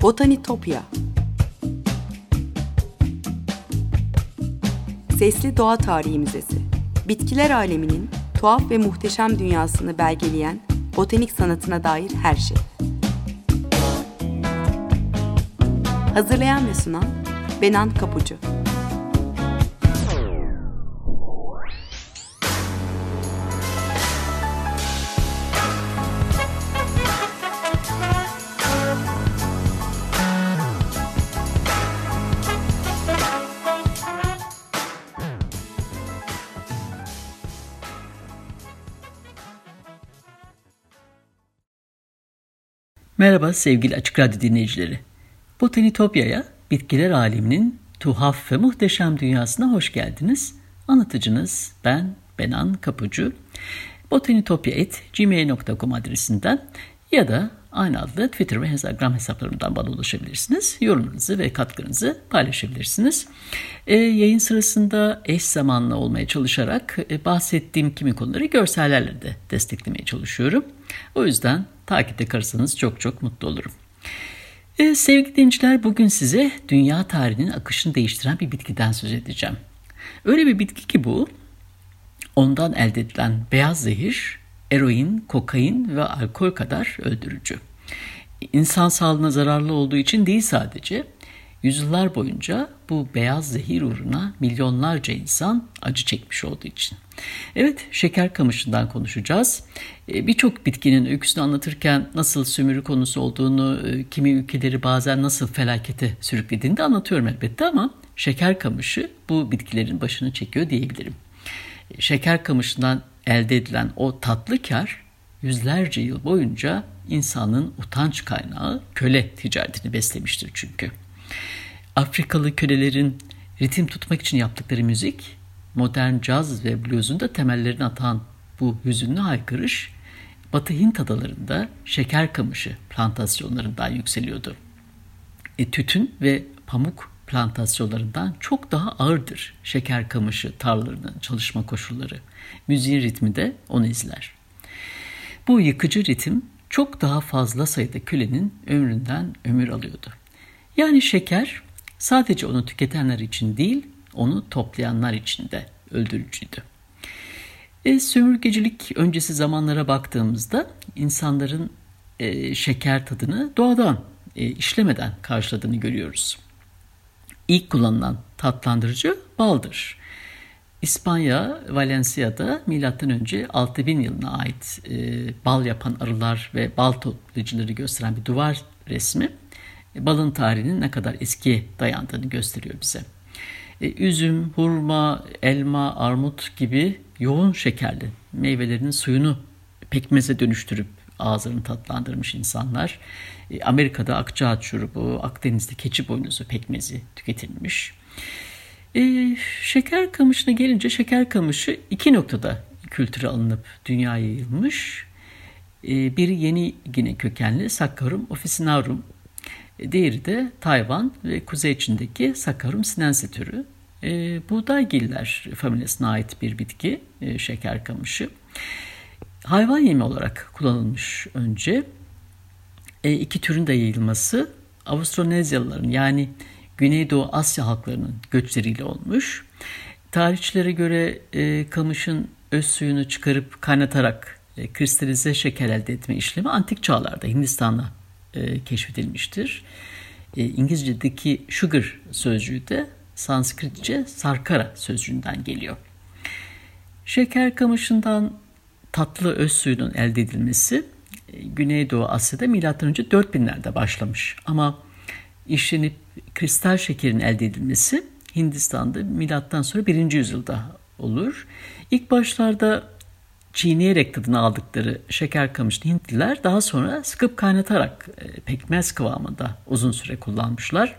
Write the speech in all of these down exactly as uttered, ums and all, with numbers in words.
Botanitopya. Sesli Doğa Tarihi Müzesi. Bitkiler aleminin tuhaf ve muhteşem dünyasını belgeleyen botanik sanatına dair her şey. Hazırlayan ve sunan Benan Kapucu. Merhaba sevgili Açık Radyo dinleyicileri. Botanitopya'ya, bitkiler aleminin tuhaf ve muhteşem dünyasına hoş geldiniz. Anlatıcınız ben Benan Kapucu. botanitopya at gmail nokta com adresinden ya da aynı adlı Twitter ve Instagram hesaplarımdan bana ulaşabilirsiniz. Yorumlarınızı ve katkınızı paylaşabilirsiniz. Ee, yayın sırasında eş zamanlı olmaya çalışarak e, bahsettiğim kimi konuları görsellerle de desteklemeye çalışıyorum. O yüzden takipte kalırsanız çok çok mutlu olurum. Ee, sevgili dinleyiciler, bugün size dünya tarihinin akışını değiştiren bir bitkiden söz edeceğim. Öyle bir bitki ki bu, ondan elde edilen beyaz zehir, eroin, kokain ve alkol kadar öldürücü. İnsan sağlığına zararlı olduğu için değil sadece, yüzyıllar boyunca bu beyaz zehir uğruna milyonlarca insan acı çekmiş olduğu için. Evet, şeker kamışından konuşacağız. Birçok bitkinin öyküsünü anlatırken nasıl sömürü konusu olduğunu, kimi ülkeleri bazen nasıl felakete sürüklediğini de anlatıyorum elbette, ama şeker kamışı bu bitkilerin başını çekiyor diyebilirim. Şeker kamışından elde edilen o tatlı kar yüzlerce yıl boyunca insanın utanç kaynağı, köle ticaretini beslemiştir çünkü. Afrikalı kölelerin ritim tutmak için yaptıkları müzik, modern caz ve blues'un da temellerini atan bu hüzünlü haykırış, Batı Hint adalarında şeker kamışı plantasyonlarından yükseliyordu. E, tütün ve pamuk plantasyonlarından çok daha ağırdır şeker kamışı tarlalarının çalışma koşulları. Müziğin ritmi de onu izler. Bu yıkıcı ritim çok daha fazla sayıda kölenin ömründen ömür alıyordu. Yani şeker sadece onu tüketenler için değil, onu toplayanlar için de öldürücüydü. E, sömürgecilik öncesi zamanlara baktığımızda insanların e, şeker tadını doğadan, e, işlemeden karşıladığını görüyoruz. İlk kullanılan tatlandırıcı baldır. İspanya, Valencia'da milattan önce altı bin yılına ait e, bal yapan arılar ve bal toplayıcıları gösteren bir duvar resmi, e, balın tarihinin ne kadar eskiye dayandığını gösteriyor bize. E, üzüm, hurma, elma, armut gibi yoğun şekerli meyvelerin suyunu pekmeze dönüştürüp ağızlarını tatlandırmış insanlar. E, Amerika'da akçaağaç şurubu, Akdeniz'de keçi boynuzu pekmezi tüketilmiş. E, şeker kamışına gelince, şeker kamışı iki noktada kültüre alınıp dünyaya yayılmış. E, biri Yeni Gine kökenli Saccharum officinarum, e, diğeri de Tayvan ve Kuzey Çin'deki Saccharum sinense türü. E, buğdaygiller familyasına ait bir bitki, e, şeker kamışı. Hayvan yemi olarak kullanılmış önce. E, iki türün de yayılması Avrostronezyalıların, yani Güneydoğu Asya halklarının göçleriyle olmuş. Tarihçilere göre e, kamışın öz suyunu çıkarıp kaynatarak e, kristalize şeker elde etme işlemi antik çağlarda Hindistan'da e, keşfedilmiştir. E, İngilizce'deki sugar sözcüğü de Sanskritçe sarkara sözcüğünden geliyor. Şeker kamışından tatlı öz suyunun elde edilmesi e, Güneydoğu Asya'da milattan önce dört binlerde başlamış, ama işlenip kristal şekerin elde edilmesi Hindistan'da milattan sonra birinci yüzyılda olur. İlk başlarda çiğneyerek tadını aldıkları şeker kamışını Hintliler daha sonra sıkıp kaynatarak e, pekmez kıvamında uzun süre kullanmışlar.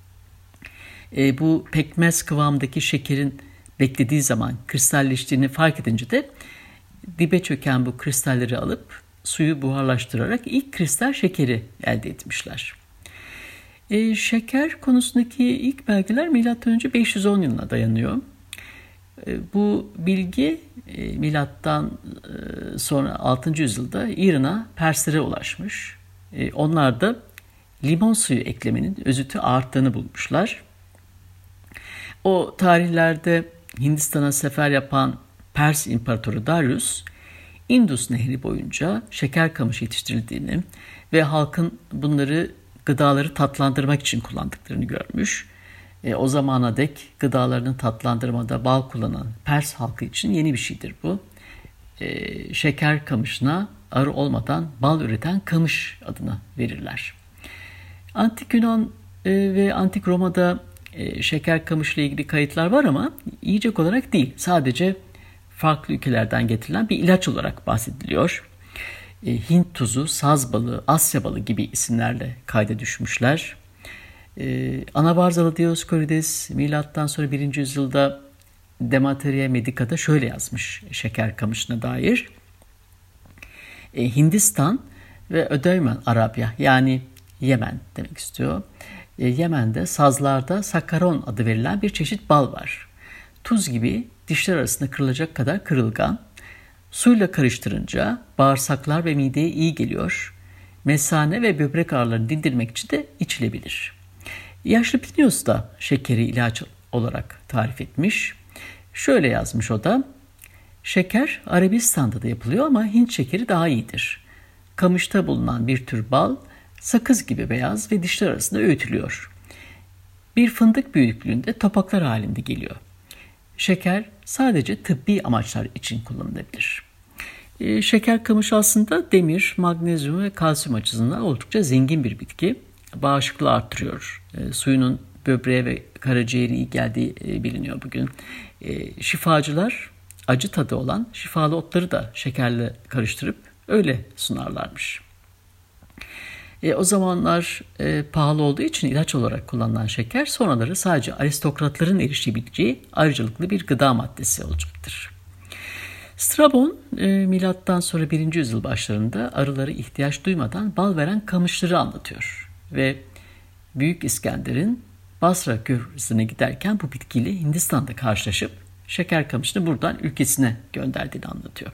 E, bu pekmez kıvamındaki şekerin beklediği zaman kristalleştiğini fark edince de dibe çöken bu kristalleri alıp suyu buharlaştırarak ilk kristal şekeri elde etmişler. E, şeker konusundaki ilk belgeler milattan önce beş yüz on yılına dayanıyor. E, bu bilgi e, milattan e, sonra altıncı yüzyılda İran'a, Perslere ulaşmış. E, onlar da limon suyu eklemenin özütü arttığını bulmuşlar. O tarihlerde Hindistan'a sefer yapan Pers İmparatoru Darius, Indus Nehri boyunca şeker kamışı yetiştirildiğini ve halkın bunları gıdaları tatlandırmak için kullandıklarını görmüş. E, o zamana dek gıdalarını tatlandırmada bal kullanan Pers halkı için yeni bir şeydir bu. E, şeker kamışına arı olmadan bal üreten kamış adını verirler. Antik Yunan e, ve Antik Roma'da e, şeker kamışla ilgili kayıtlar var ama yiyecek olarak değil. Sadece farklı ülkelerden getirilen bir ilaç olarak bahsediliyor. E, Hint tuzu, saz balı, Asya balı gibi isimlerle kayda düşmüşler. E, Anabarzalı Dioskurides milattan sonra birinci yüzyılda Demateria Medica'da şöyle yazmış şeker kamışına dair. E, Hindistan ve Ödeymen Arabya yani Yemen demek istiyor. E, Yemen'de sazlarda sakaron adı verilen bir çeşit bal var. Tuz gibi dişler arasında kırılacak kadar kırılgan. Suyla karıştırınca bağırsaklar ve mideye iyi geliyor. Mesane ve böbrek ağrılarını dindirmek için de içilebilir. Yaşlı Plinius da şekeri ilaç olarak tarif etmiş. Şöyle yazmış o da: şeker Arabistan'da da yapılıyor ama Hint şekeri daha iyidir. Kamışta bulunan bir tür bal sakız gibi beyaz ve dişler arasında öğütülüyor. Bir fındık büyüklüğünde topaklar halinde geliyor. Şeker sadece tıbbi amaçlar için kullanılabilir. E, şeker kamışı aslında demir, magnezyum ve kalsiyum açısından oldukça zengin bir bitki. Bağışıklığı arttırıyor. E, suyunun böbreğe ve karaciğere iyi geldiği e, biliniyor bugün. E, şifacılar acı tadı olan şifalı otları da şekerle karıştırıp öyle sunarlarmış. E, o zamanlar e, pahalı olduğu için ilaç olarak kullanılan şeker sonraları sadece aristokratların erişebileceği ayrıcalıklı bir gıda maddesi olacaktır. Strabon e, milattan sonra birinci yüzyıl başlarında arıları ihtiyaç duymadan bal veren kamışları anlatıyor ve Büyük İskender'in Basra köprüsüne giderken bu bitkiyle Hindistan'da karşılaşıp şeker kamışını buradan ülkesine gönderdiğini anlatıyor.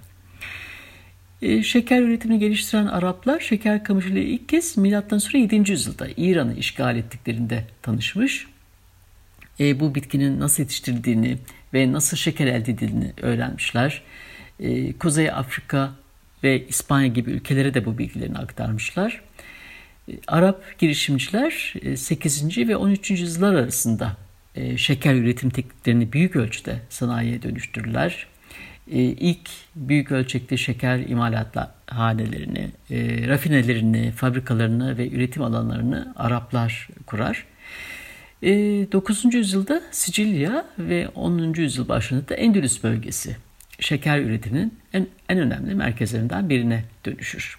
E, şeker üretimini geliştiren Araplar şeker kamışıyla ilk kez milattan sonra yedinci yüzyılda İran'ı işgal ettiklerinde tanışmış. E, bu bitkinin nasıl yetiştirildiğini ve nasıl şeker elde edildiğini öğrenmişler. E, Kuzey Afrika ve İspanya gibi ülkelere de bu bilgilerini aktarmışlar. E, Arap girişimciler e, sekizinci ve on üçüncü yüzyıllar arasında e, şeker üretim tekniklerini büyük ölçüde sanayiye dönüştürdüler. E, ilk büyük ölçekli şeker imalathanelerini, e, rafinelerini, fabrikalarını ve üretim alanlarını Araplar kurar. E, dokuzuncu yüzyılda Sicilya ve onuncu yüzyıl başlarında da Endülüs bölgesi şeker üretiminin en, en önemli merkezlerinden birine dönüşür.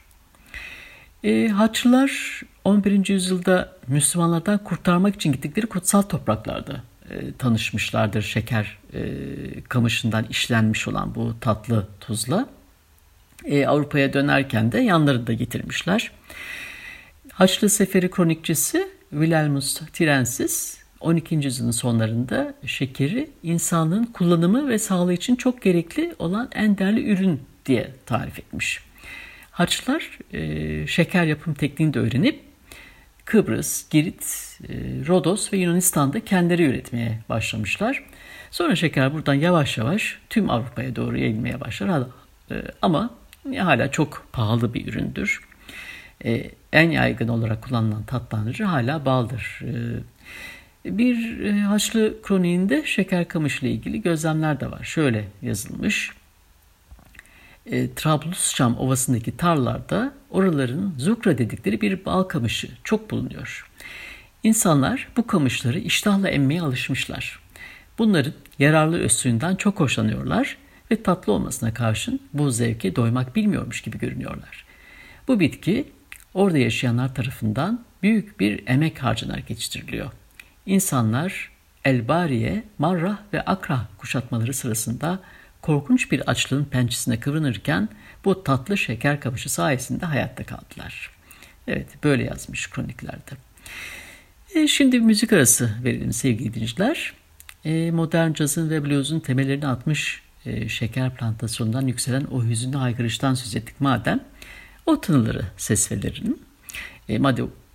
E, Haçlılar on birinci yüzyılda Müslümanlardan kurtarmak için gittikleri kutsal topraklarda e, tanışmışlardır şeker e, kamışından işlenmiş olan bu tatlı tuzla. E, Avrupa'ya dönerken de yanlarında getirmişler. Haçlı Seferi kronikçisi Wilhelmus Tirensis on ikinci yüzyılın sonlarında şekeri insanlığın kullanımı ve sağlığı için çok gerekli olan en değerli ürün diye tarif etmiş. Haçlılar e, şeker yapım tekniğini de öğrenip Kıbrıs, Girit, e, Rodos ve Yunanistan'da kendileri üretmeye başlamışlar. Sonra şeker buradan yavaş yavaş tüm Avrupa'ya doğru yayılmaya başlar. E, ama hala çok pahalı bir üründür. E, en yaygın olarak kullanılan tatlandırıcı hala baldır. E, bir e, Haçlı kroniğinde şeker kamışı ile ilgili gözlemler de var. Şöyle yazılmış. E, Trablusçam Ovası'ndaki tarlalarda oraların zukra dedikleri bir bal kamışı çok bulunuyor. İnsanlar bu kamışları iştahla emmeye alışmışlar. Bunların yararlı öz suyundan çok hoşlanıyorlar ve tatlı olmasına karşın bu zevke doymak bilmiyormuş gibi görünüyorlar. Bu bitki orada yaşayanlar tarafından büyük bir emek harcanarak yetiştiriliyor. İnsanlar Elbariye, Marrah ve Akrah kuşatmaları sırasında korkunç bir açlığın pençesine kıvranırken bu tatlı şeker kamışı sayesinde hayatta kaldılar. Evet, böyle yazmış kroniklerde. E, şimdi müzik arası verelim sevgili dinleyiciler. E, modern cazın ve blues'un temellerini atmış e, şeker plantasyonundan yükselen o hüzünlü haykırıştan söz ettik madem. O tınıları ses verelim. E, madem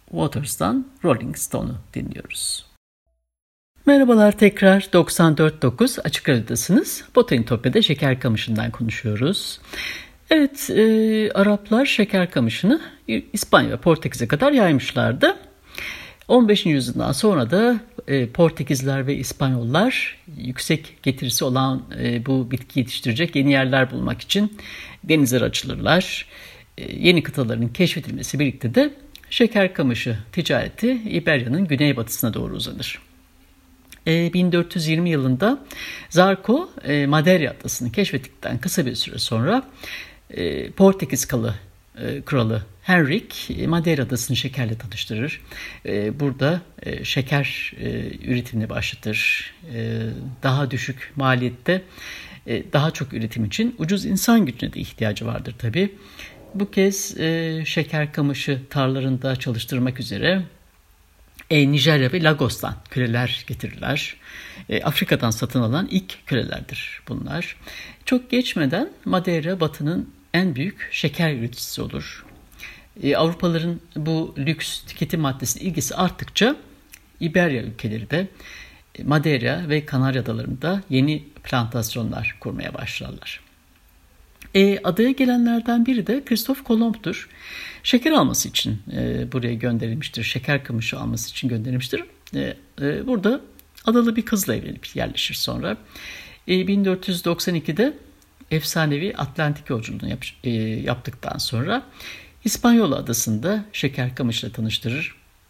Waters'tan Rolling Stone'u dinliyoruz. Merhabalar, tekrar doksan dört nokta dokuz Açık Radyo'dasınız. Botanitopya'da şeker kamışından konuşuyoruz. Evet, e, Araplar şeker kamışını İspanya ve Portekiz'e kadar yaymışlardı. on beşinci yüzyıldan sonra da e, Portekizler ve İspanyollar yüksek getirisi olan e, bu bitki yetiştirecek yeni yerler bulmak için denizler açılırlar. E, yeni kıtaların keşfedilmesi birlikte de şeker kamışı ticareti İberya'nın güneybatısına doğru uzanır. E, bin dört yüz yirmi yılında Zarco e, Madeira adasını keşfettikten kısa bir süre sonra e, Portekiz kralı, e, kralı Henrik Madeira adasını şekerle tanıştırır. E, burada e, şeker e, üretimini başlatır. E, daha düşük maliyette e, daha çok üretim için ucuz insan gücüne de ihtiyacı vardır tabii. Bu kez e, şeker kamışı tarlalarında çalıştırmak üzere e, Nijerya ve Lagos'tan köleler getirirler. E, Afrika'dan satın alan ilk kölelerdir bunlar. Çok geçmeden Madeira Batı'nın en büyük şeker üreticisi olur. E, Avrupalıların bu lüks tüketim maddesine ilgisi arttıkça İberya ülkeleri de e, Madeira ve Kanarya Adaları'nda yeni plantasyonlar kurmaya başlarlar. E, adaya gelenlerden biri de Kristof Kolomb'tur. Şeker alması için e, buraya gönderilmiştir. Şeker kamışı alması için gönderilmiştir. E, e, burada adalı bir kızla evlenip yerleşir sonra. E, bin dört yüz doksan ikide efsanevi Atlantik yolculuğunu yap, e, yaptıktan sonra İspanyol adasında şeker kamışla tanıştırır.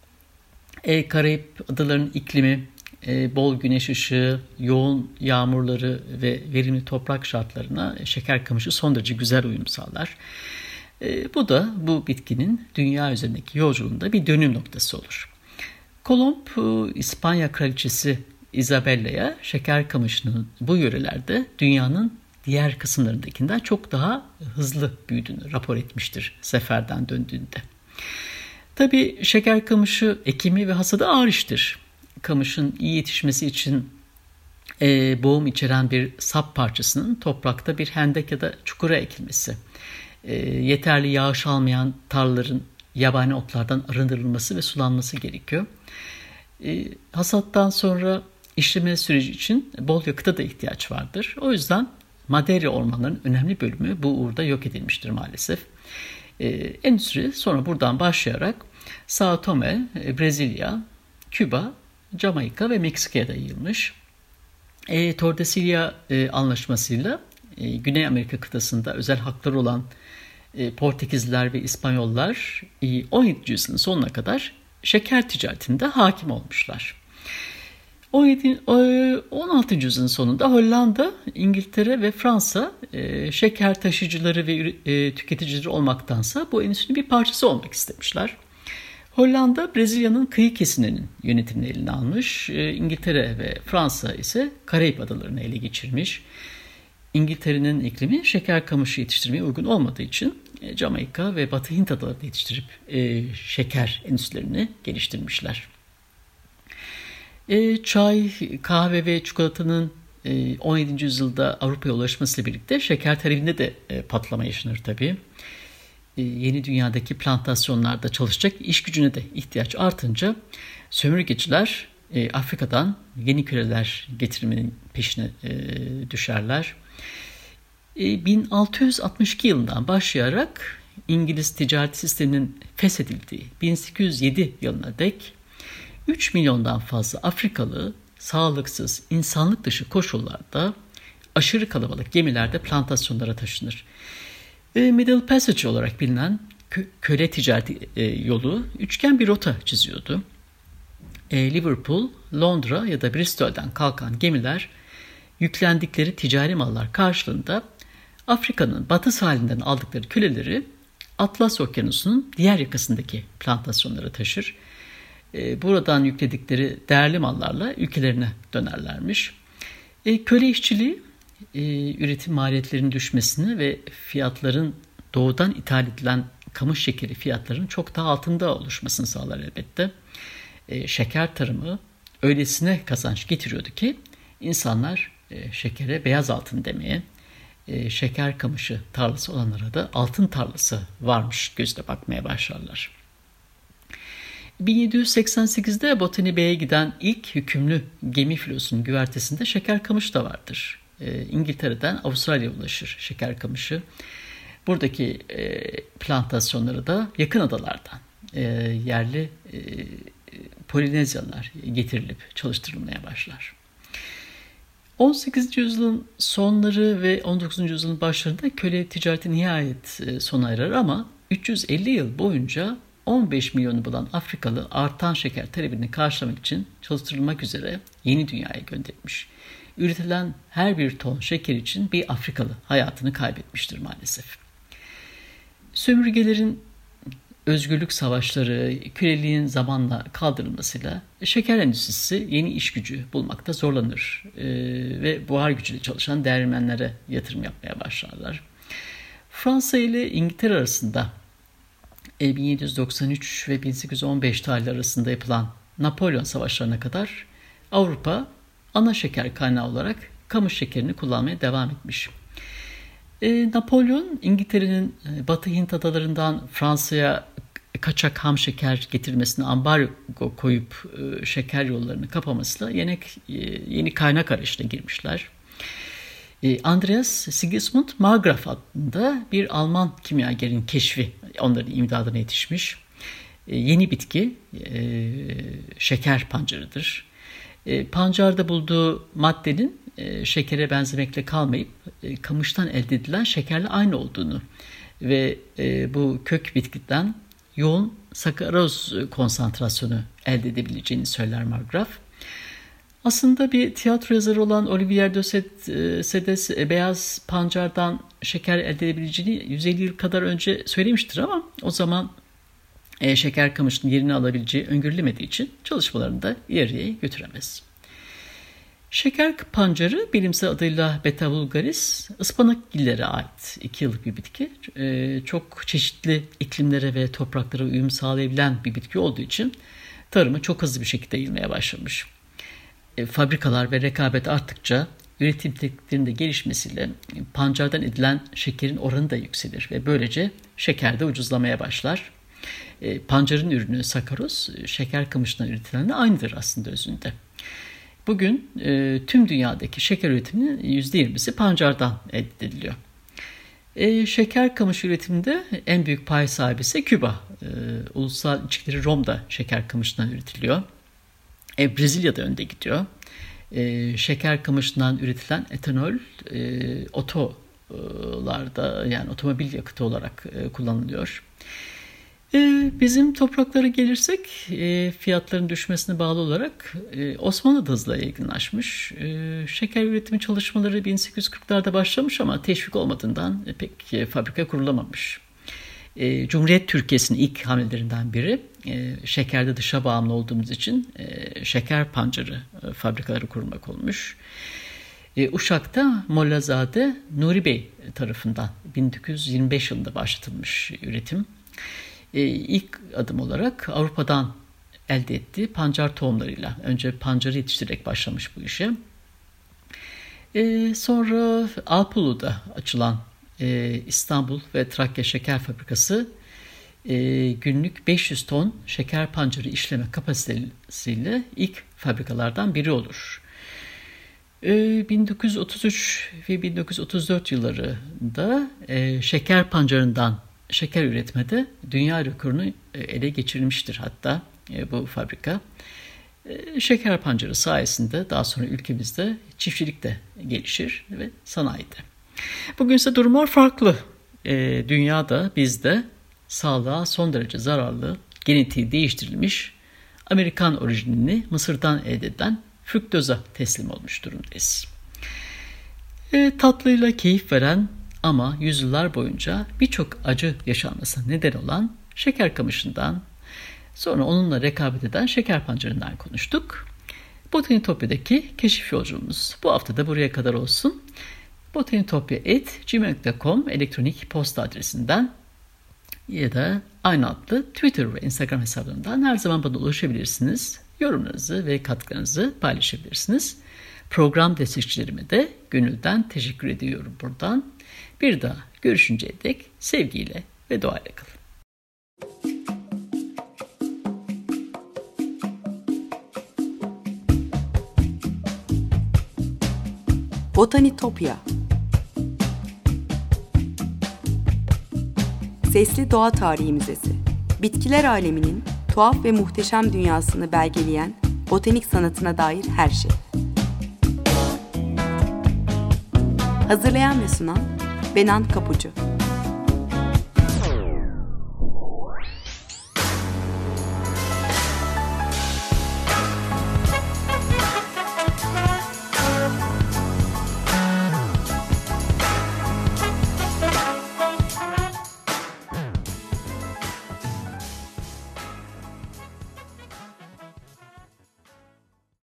E, Karayip adalarının iklimi, e, bol güneş ışığı, yoğun yağmurları ve verimli toprak şartlarına şeker kamışı son derece güzel uyum sağlar. E, bu da bu bitkinin dünya üzerindeki yolculuğunda bir dönüm noktası olur. Kolomb, İspanya kraliçesi Isabella'ya şeker kamışının bu yörelerde dünyanın diğer kısımlarındakinden çok daha hızlı büyüdüğünü rapor etmiştir seferden döndüğünde. Tabii şeker kamışı ekimi ve hasadı ağır iştir. Kamışın iyi yetişmesi için e, boğum içeren bir sap parçasının toprakta bir hendek ya da çukura ekilmesi, e, yeterli yağış almayan tarlaların yabani otlardan arındırılması ve sulanması gerekiyor. E, hasattan sonra işleme süreci için bol yakıta da ihtiyaç vardır. O yüzden Madeira ormanlarının önemli bölümü bu uğurda yok edilmiştir maalesef. Ee, endüstri sonra buradan başlayarak Sao Tome, Brezilya, Küba, Jamaika ve Meksika'ya da yayılmış. E, Tordesillas e, anlaşmasıyla e, Güney Amerika kıtasında özel hakları olan e, Portekizliler ve İspanyollar e, on yedinci yüzyılın sonuna kadar şeker ticaretinde hakim olmuşlar. on altıncı yüzyılın sonunda Hollanda, İngiltere ve Fransa e, şeker taşıyıcıları ve e, tüketicileri olmaktansa bu endüstrinin bir parçası olmak istemişler. Hollanda, Brezilya'nın kıyı kesimlerinin yönetimini eline almış. E, İngiltere ve Fransa ise Karayip adalarını ele geçirmiş. İngiltere'nin iklimi şeker kamışı yetiştirmeye uygun olmadığı için e, Jamaika ve Batı Hint adalarını yetiştirip e, şeker endüstrilerini geliştirmişler. E, çay, kahve ve çikolatanın e, on yedinci yüzyılda Avrupa'ya ulaşmasıyla birlikte şeker talebinde de e, patlama yaşanır tabii. E, yeni dünyadaki plantasyonlarda çalışacak iş gücüne de ihtiyaç artınca sömürgeciler e, Afrika'dan yeni köleler getirmenin peşine e, düşerler. E, bin altı yüz altmış iki yılından başlayarak İngiliz ticaret sisteminin feshedildiği bin sekiz yüz yedi yılına dek üç milyondan fazla Afrikalı sağlıksız, insanlık dışı koşullarda aşırı kalabalık gemilerde plantasyonlara taşınır. E, Middle Passage olarak bilinen kö- köle ticareti e, yolu üçgen bir rota çiziyordu. E, Liverpool, Londra ya da Bristol'den kalkan gemiler yüklendikleri ticari mallar karşılığında Afrika'nın batı sahilinden aldıkları köleleri Atlas Okyanusu'nun diğer yakasındaki plantasyonlara taşır. Buradan yükledikleri değerli mallarla ülkelerine dönerlermiş. E, köle işçiliği e, üretim maliyetlerinin düşmesini ve fiyatların doğudan ithal edilen kamış şekeri fiyatlarının çok daha altında oluşmasını sağlar elbette. E, şeker tarımı öylesine kazanç getiriyordu ki insanlar e, şekere beyaz altın demeye, e, şeker kamışı tarlası olanlara da altın tarlası varmış gözle bakmaya başlarlar. bin yedi yüz seksen sekizde Botany Bay'e giden ilk hükümlü gemi filosunun güvertesinde şeker kamışı da vardır. E, İngiltere'den Avustralya'ya ulaşır şeker kamışı. Buradaki e, plantasyonları da yakın adalardan e, yerli e, Polinezyalılar getirilip çalıştırılmaya başlar. on sekizinci yüzyılın sonları ve on dokuzuncu yüzyılın başlarında köle ticareti nihayet sona erer ama üç yüz elli yıl boyunca on beş milyonu bulan Afrikalı artan şeker talebini karşılamak için çalıştırılmak üzere yeni dünyaya gönderilmiş. Üretilen her bir ton şeker için bir Afrikalı hayatını kaybetmiştir maalesef. Sömürgelerin özgürlük savaşları, köleliğin zamanla kaldırılmasıyla şeker endüstrisi yeni iş gücü bulmakta zorlanır ee, ve buhar gücüyle çalışan değirmenlere yatırım yapmaya başlarlar. Fransa ile İngiltere arasında bin yedi yüz doksan üç ve bin sekiz yüz on beş tarihleri arasında yapılan Napolyon savaşlarına kadar Avrupa ana şeker kaynağı olarak kamış şekerini kullanmaya devam etmiş. E, Napolyon İngiltere'nin Batı Hint adalarından Fransa'ya kaçak ham şeker getirmesine ambargo koyup e, şeker yollarını kapamasıyla yeni, e, yeni kaynak arayışına girmişler. E, Andreas Sigismund Marggraf adında bir Alman kimyagerin keşfi onların imdadına yetişmiş. E, yeni bitki e, şeker pancarıdır. E, pancarda bulduğu maddenin e, şekere benzemekle kalmayıp e, kamıştan elde edilen şekerle aynı olduğunu ve e, bu kök bitkiden yoğun sakaroz konsantrasyonu elde edebileceğini söyler Marggraf. Aslında bir tiyatro yazarı olan Olivier de Sedes e, beyaz pancardan şeker elde edebileceğini yüz elli yıl kadar önce söylemiştir ama o zaman e, şeker kamışının yerini alabileceği öngörülemediği için çalışmalarını da ileriye götüremez. Şeker pancarı bilimsel adıyla Beta vulgaris, ıspanakgillere ait iki yıllık bir bitki. Ee, çok çeşitli iklimlere ve topraklara uyum sağlayabilen bir bitki olduğu için tarımı çok hızlı bir şekilde yayılmaya başlamış. E, fabrikalar ve rekabet arttıkça üretim tekniklerinin de gelişmesiyle pancardan edilen şekerin oranı da yükselir ve böylece şeker de ucuzlamaya başlar. E, pancarın ürünü sakaroz, şeker kamışından üretilenle aynıdır aslında özünde. Bugün e, tüm dünyadaki şeker üretiminin yüzde yirmisi pancardan elde ediliyor. E, şeker kamışı üretiminde en büyük pay sahibi ise Küba. E, ulusal içkileri romda şeker kamışından üretiliyor. E, Brezilya'da önde gidiyor. E, şeker kamışından üretilen etanol e, otolarda yani otomobil yakıtı olarak e, kullanılıyor. Bizim topraklara gelirsek fiyatların düşmesine bağlı olarak Osmanlı da hızla yaygınlaşmış. Şeker üretimi çalışmaları bin sekiz yüz kırklarda başlamış ama teşvik olmadığından pek fabrika kurulamamış. Cumhuriyet Türkiye'sinin ilk hamlelerinden biri şekerde dışa bağımlı olduğumuz için şeker pancarı fabrikaları kurmak olmuş. Uşak'ta Mollazade Nuri Bey tarafından bin dokuz yüz yirmi beş yılında başlatılmış üretim. Ee, ilk adım olarak Avrupa'dan elde ettiği pancar tohumlarıyla önce pancarı yetiştirerek başlamış bu işe. Ee, sonra Alpulu'da açılan e, İstanbul ve Trakya Şeker Fabrikası e, günlük beş yüz ton şeker pancarı işleme kapasitesiyle ilk fabrikalardan biri olur. E, bin dokuz yüz otuz üç ve bin dokuz yüz otuz dört yıllarında e, şeker pancarından şeker üretmede dünya rekorunu ele geçirmiştir hatta e, bu fabrika. E, şeker pancarı sayesinde daha sonra ülkemizde çiftçilik de gelişir ve sanayide. Bugün ise durumlar farklı. E, dünyada bizde sağlığa son derece zararlı, genetiği değiştirilmiş, Amerikan orijinli Mısır'dan elde edilen fruktoza teslim olmuş durumdayız. E, tatlıyla keyif veren ama yüzyıllar boyunca birçok acı yaşanmasına neden olan şeker kamışından, sonra onunla rekabet eden şeker pancarından konuştuk. Botanitopya'daki keşif yolculuğumuz bu hafta da buraya kadar olsun. botanitopya at gmail nokta com elektronik posta adresinden ya da aynı adlı Twitter ve Instagram hesaplarından her zaman bana ulaşabilirsiniz. Yorumlarınızı ve katkılarınızı paylaşabilirsiniz. Program destekçilerime de gönülden teşekkür ediyorum buradan. Bir daha görüşünceye dek sevgiyle ve duayla kalın. Botanitopya. Sesli Doğa Tarihi Müzesi. Bitkiler aleminin tuhaf ve muhteşem dünyasını belgeleyen botanik sanatına dair her şey. Hazırlayan ve sunan Benan Kapucu.